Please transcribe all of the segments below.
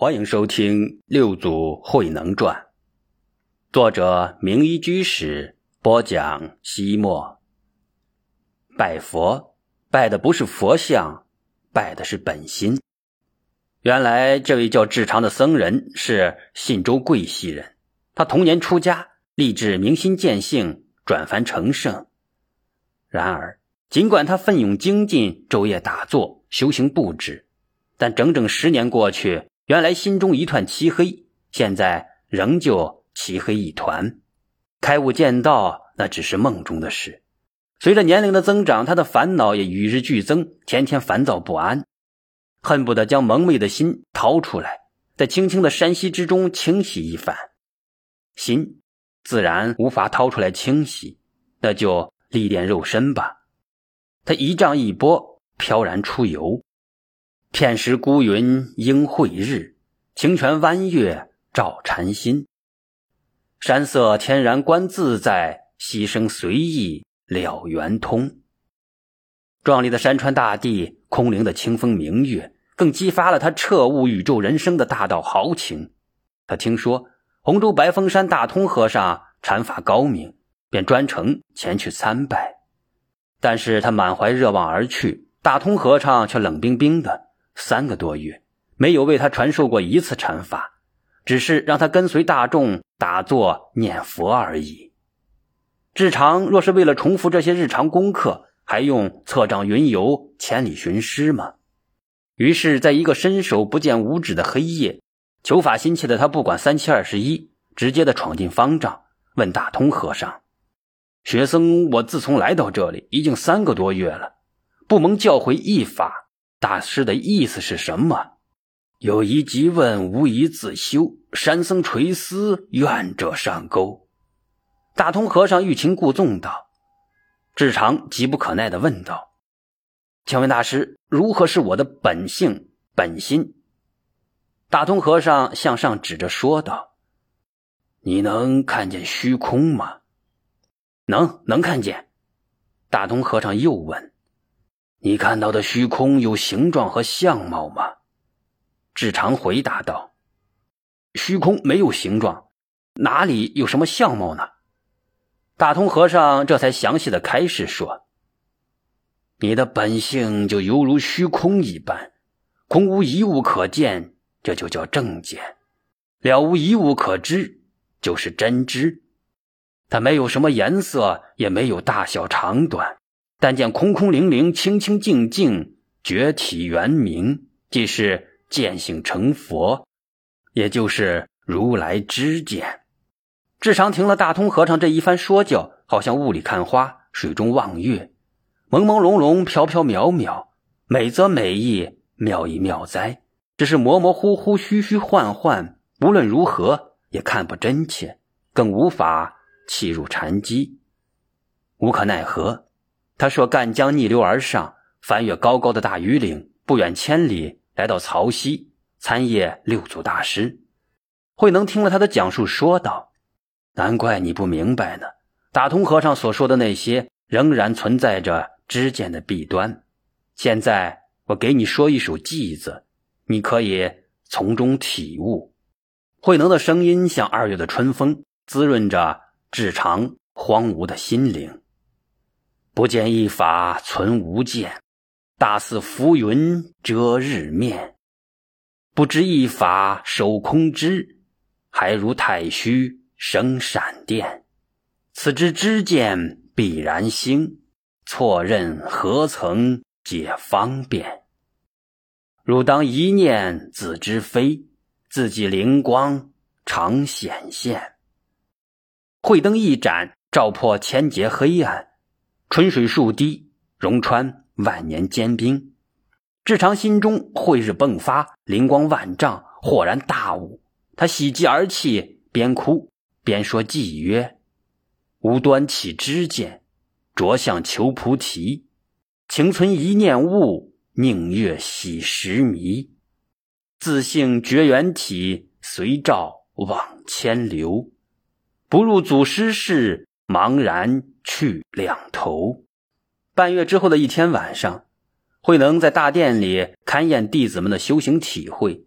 欢迎收听《六祖慧能传》，作者明一居士播讲西莫。拜佛，拜的不是佛像，拜的是本心。原来这位叫智常的僧人是信州贵溪人，他童年出家，立志明心见性，转凡成圣。然而尽管他奋勇精进，昼夜打坐，修行不止，但整整10年过去，原来心中一团漆黑，现在仍旧漆黑一团。开悟见道，那只是梦中的事。随着年龄的增长，他的烦恼也与日俱增，天天烦躁不安，恨不得将蒙昧的心掏出来，在清清的山溪之中清洗一番。心自然无法掏出来清洗，那就历练肉身吧。他一丈一波，飘然出游。片时孤云应慧日，清泉弯月照禅心。山色天然观自在，溪声随意了圆通。壮丽的山川大地，空灵的清风明月，更激发了他彻悟宇宙人生的大道豪情。他听说洪州白峰山大通和尚禅法高明，便专程前去参拜。但是他满怀热望而去，大通和尚却冷冰冰的，3个多月没有为他传授过一次禅法，只是让他跟随大众打坐念佛而已。智常若是为了重复这些日常功课，还用策杖云游，千里寻师吗？于是在一个伸手不见五指的黑夜，求法心切的他不管3721，直接的闯进方丈，问大通和尚：学僧我自从来到这里已经3个多月了，不蒙教诲一法，大师的意思是什么？有疑即问，无疑自修，山僧垂思，愿者上钩。大通和尚欲擒故纵道。智常急不可耐地问道：请问大师，如何是我的本性本心？大通和尚向上指着说道：你能看见虚空吗？能看见。大通和尚又问：你看到的虚空有形状和相貌吗？智常回答道：虚空没有形状，哪里有什么相貌呢？大通和尚这才详细的开示说：你的本性就犹如虚空一般，空无一物可见，这就叫正见，了无一物可知，就是真知。它没有什么颜色，也没有大小长短，但见空空灵灵，清清净净，觉体圆明，即是见性成佛，也就是如来知见。智常听了大通和尚这一番说教，好像雾里看花，水中望月，朦朦胧胧，飘飘渺渺，美则美意，妙亦妙哉，只是模模糊糊，虚虚幻幻，无论如何也看不真切，更无法契入禅机。无可奈何，他说赣江逆流而上，翻越高高的大庾岭，不远千里，来到曹溪参谒六祖大师。慧能听了他的讲述，说道：难怪你不明白呢，大通和尚所说的那些仍然存在着知见的弊端。现在我给你说一首偈子，你可以从中体悟。慧能的声音像2月的春风，滋润着智常荒芜的心灵。不见一法存无见，大似浮云遮日面。不知一法守空知，还如太虚生闪电。此之知见必然兴，错认何曾解方便。汝当一念自知非，自己灵光常显现。慧灯一盏，照破千劫黑暗，春水数滴，溶穿万年坚冰。智常心中慧日迸发，灵光万丈，豁然大悟。他喜极而泣，边哭边说偈曰：无端起知见，着相求菩提，情存一念悟，宁愿洗时迷。自性觉缘体，随照往千流。不入祖师室，茫然去两头。半月之后的一天晚上，慧能在大殿里勘验弟子们的修行体会，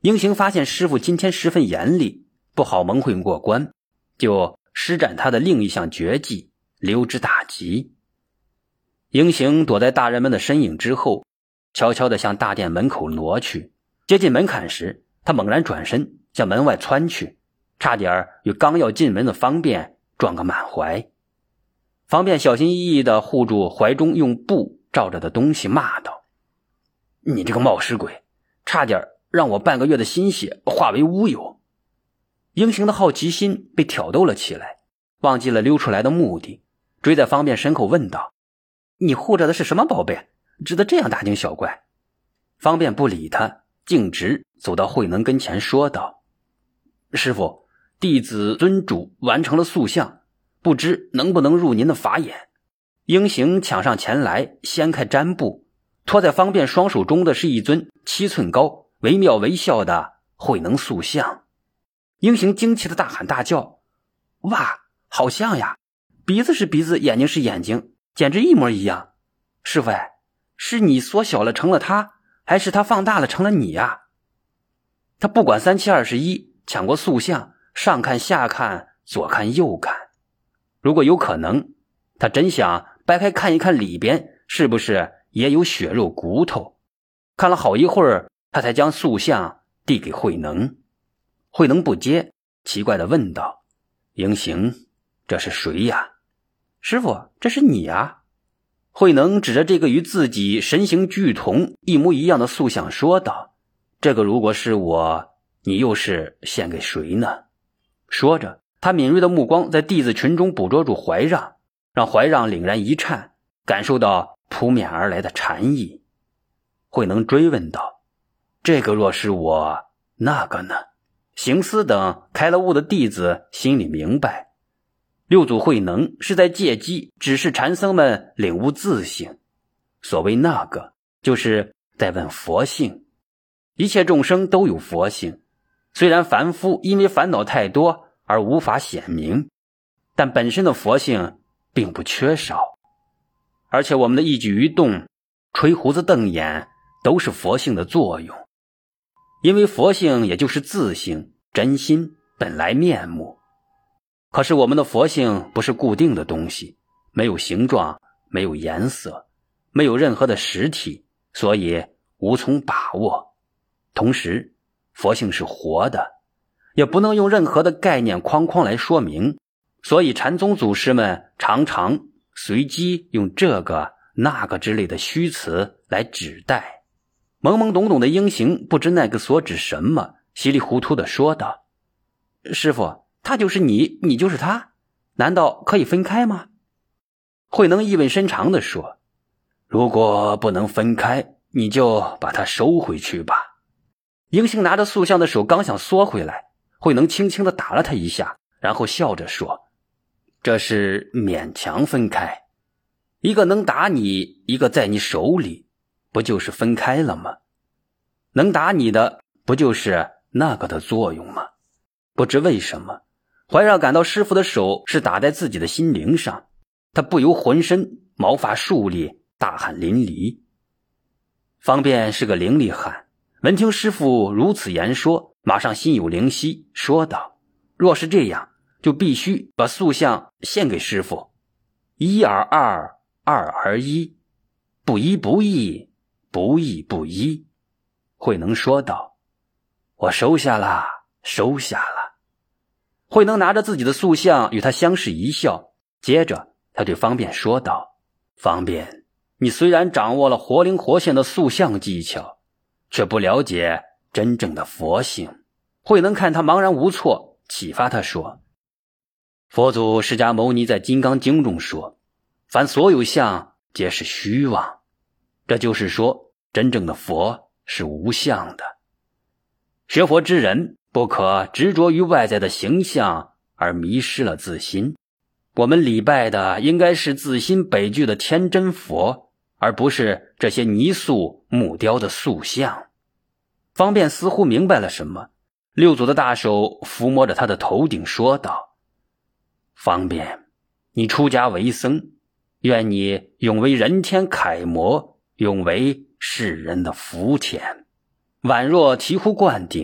英行发现师傅今天十分严厉，不好蒙混过关，就施展他的另一项绝技溜之大吉。英行躲在大人们的身影之后，悄悄地向大殿门口挪去。接近门槛时，他猛然转身向门外窜去，差点与刚要进门的方便撞个满怀。方便小心翼翼地护住怀中用布罩着的东西，骂道：你这个冒失鬼，差点让我半个月的心血化为乌有。英行的好奇心被挑逗了起来，忘记了溜出来的目的，追在方便身后问道：你护着的是什么宝贝，值得这样大惊小怪？方便不理他，径直走到慧能跟前说道：师父，弟子尊主完成了塑像，不知能不能入您的法眼。英行抢上前来，掀开毡布，托在方便双手中的是一尊7寸高惟妙惟肖的慧能塑像。英行惊奇的大喊大叫：哇，好像呀，鼻子是鼻子，眼睛是眼睛，简直一模一样。师父，是你缩小了成了他，还是他放大了成了你呀？他不管3七21，抢过塑像，上看下看，左看右看。如果有可能，他真想掰开看一看里边是不是也有血肉骨头。看了好一会儿，他才将塑像递给慧能。慧能不接，奇怪地问道：英行，这是谁呀？师父，这是你啊。慧能指着这个与自己神形俱同一模一样的塑像说道：这个如果是我，你又是献给谁呢？说着，他敏锐的目光在弟子群中捕捉住怀让，让怀让凛然一颤，感受到扑面而来的禅意。慧能追问道：这个若是我，那个呢？行思等开了悟的弟子心里明白，六祖慧能是在借机指示禅僧们领悟自性。所谓那个，就是在问佛性。一切众生都有佛性，虽然凡夫因为烦恼太多而无法显明，但本身的佛性并不缺少。而且我们的一举一动，吹胡子瞪眼，都是佛性的作用。因为佛性也就是自性、真心、本来面目。可是我们的佛性不是固定的东西，没有形状，没有颜色，没有任何的实体，所以无从把握。同时，佛性是活的，也不能用任何的概念框框来说明，所以禅宗祖师们常常随机用这个那个之类的虚词来指代。懵懵懂懂的英行不知那个所指什么，稀里糊涂地说道：师父，他就是你，你就是他，难道可以分开吗？慧能意味深长地说：如果不能分开，你就把它收回去吧。英行拿着塑像的手刚想缩回来，慧能轻轻地打了他一下，然后笑着说：这是勉强分开，一个能打你，一个在你手里，不就是分开了吗？能打你的不就是那个的作用吗？不知为什么，怀让感到师父的手是打在自己的心灵上，他不由浑身毛发竖立，大汗淋漓。方便是个伶俐汉，闻听师父如此言说，马上心有灵犀，说道：若是这样，就必须把塑像献给师父。一而二，二而一，不一不异，不异不一。慧能说道：我收下了，收下了。慧能拿着自己的塑像与他相视一笑，接着他对方便说道：方便，你虽然掌握了活灵活现的塑像技巧，却不了解真正的佛性。慧能看他茫然无措，启发他说：佛祖释迦牟尼在《金刚经》中说，凡所有相皆是虚妄，这就是说真正的佛是无相的。学佛之人不可执着于外在的形象而迷失了自心，我们礼拜的应该是自心北具的天真佛，而不是这些泥塑木雕的塑像。方便似乎明白了什么，六祖的大手抚摸着他的头顶说道：方便，你出家为僧，愿你永为人天楷模，永为世人的福田。宛若醍醐灌顶，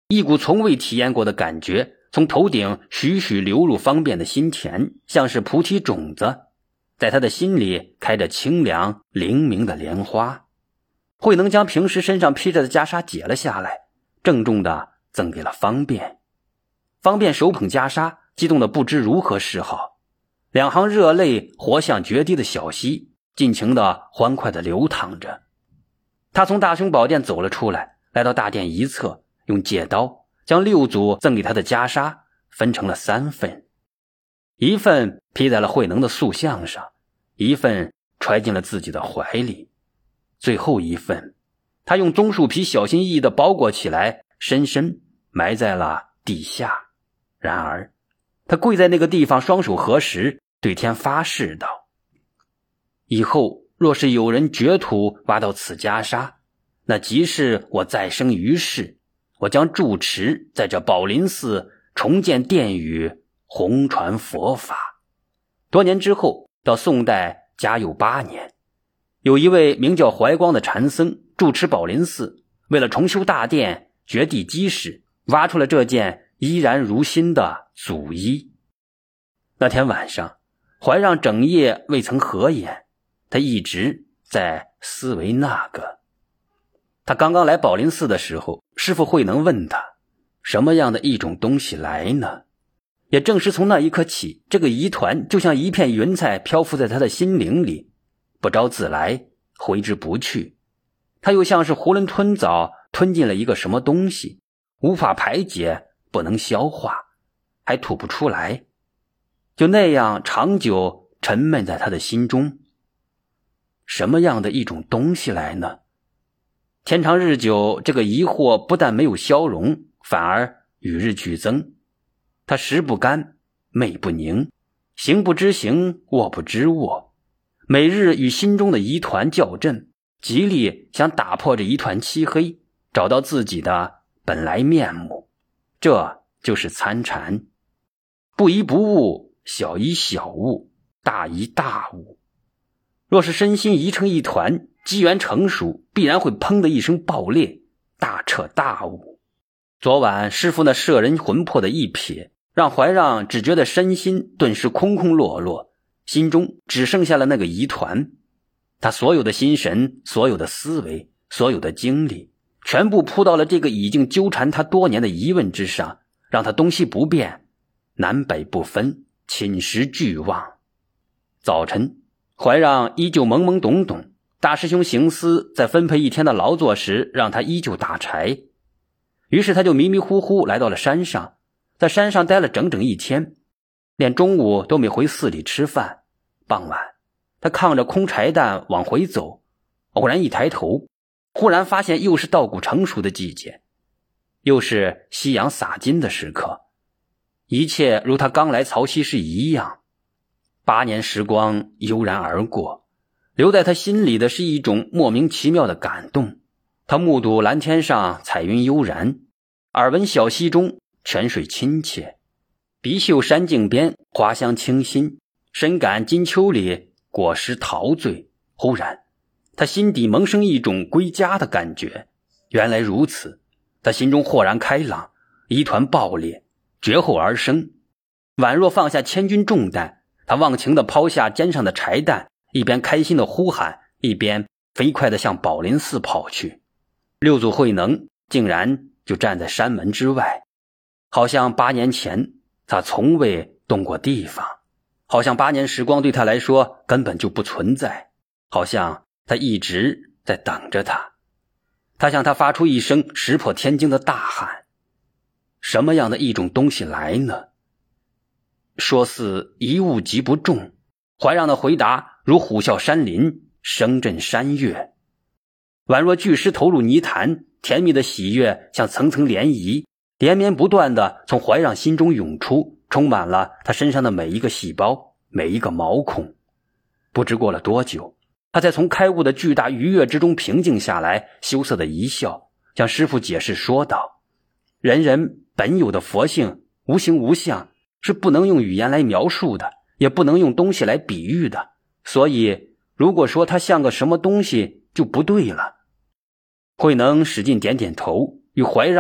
一股从未体验过的感觉从头顶徐徐流入方便的心田，像是菩提种子，在他的心里开着清凉灵明的莲花。慧能将平时身上披着的袈裟解了下来，郑重地赠给了方便。方便手捧袈裟，激动得不知如何是好，两行热泪活像决堤的小溪，尽情地欢快地流淌着。他从大雄宝殿走了出来，来到大殿一侧，用戒刀将六祖赠给他的袈裟分成了3份，一份披在了慧能的塑像上，一份揣进了自己的怀里，最后一份他用棕树皮小心翼翼地包裹起来，深深埋在了地下。然而他跪在那个地方，双手合十，对天发誓道：以后若是有人掘土挖到此袈裟，那即是我再生于世，我将住持在这宝林寺重建殿宇，弘传佛法。多年之后，到宋代嘉佑8年，有一位名叫怀光的禅僧住持宝林寺，为了重修大殿，掘地基石，挖出了这件依然如新的祖衣。那天晚上，怀让整夜未曾合眼，他一直在思维那个。他刚刚来宝林寺的时候，师父慧能问他，什么样的一种东西来呢？也正是从那一刻起，这个疑团就像一片云彩漂浮在他的心灵里，不招自来，挥之不去。他又像是囫囵吞枣吞进了一个什么东西，无法排解，不能消化，还吐不出来，就那样长久沉闷在他的心中。什么样的一种东西来呢？天长日久，这个疑惑不但没有消融，反而与日俱增。他食不甘，寐不宁，行不知行，卧不知卧，每日与心中的疑团较阵，极力想打破这一团漆黑，找到自己的本来面目。这就是参禅。不疑不悟，小疑小悟，大疑大悟。若是身心疑成一团，机缘成熟，必然会砰的一声爆裂，大彻大悟。昨晚师父那摄人魂魄的一瞥，让怀让只觉得身心顿时空空落落，心中只剩下了那个疑团。他所有的心神，所有的思维，所有的精力，全部扑到了这个已经纠缠他多年的疑问之上，让他东西不变，南北不分，寝食俱忘。早晨，怀让依旧懵懵懂懂，大师兄行思在分配一天的劳作时，让他依旧打柴。于是他就迷迷糊糊来到了山上，在山上待了整整1天，连中午都没回寺里吃饭。傍晚，他扛着空柴担往回走，偶然一抬头，忽然发现又是稻谷成熟的季节，又是夕阳洒金的时刻，一切如他刚来曹溪时一样。8年时光悠然而过，留在他心里的是一种莫名其妙的感动。他目睹蓝天上彩云悠然，耳闻小溪中泉水亲切，鼻嗅山径边花香清新，深感金秋里果实陶醉。忽然他心底萌生一种归家的感觉。原来如此，他心中豁然开朗，疑团爆裂，绝后而生，宛若放下千钧重担。他忘情地抛下肩上的柴担，一边开心地呼喊，一边飞快地向宝林寺跑去。六祖慧能竟然就站在山门之外，好像8年前他从未动过地方，好像8年时光对他来说根本就不存在，好像他一直在等着他。他向他发出一声石破天惊的大喊。什么样的一种东西来呢？说似一物即不中，怀让的回答如虎啸山林，声震山岳，宛若巨狮投入泥潭，甜蜜的喜悦像层层涟漪，连绵不断地从怀让心中涌出，充满了他身上的每一个细胞，每一个毛孔。不知过了多久，他才从开悟的巨大愉悦之中平静下来，羞涩的一笑，向师父解释说道：人人本有的佛性无形无相，是不能用语言来描述的，也不能用东西来比喻的，所以如果说它像个什么东西就不对了。慧能使劲点点头，与怀让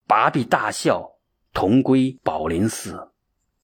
拔臂大笑，同归宝林寺。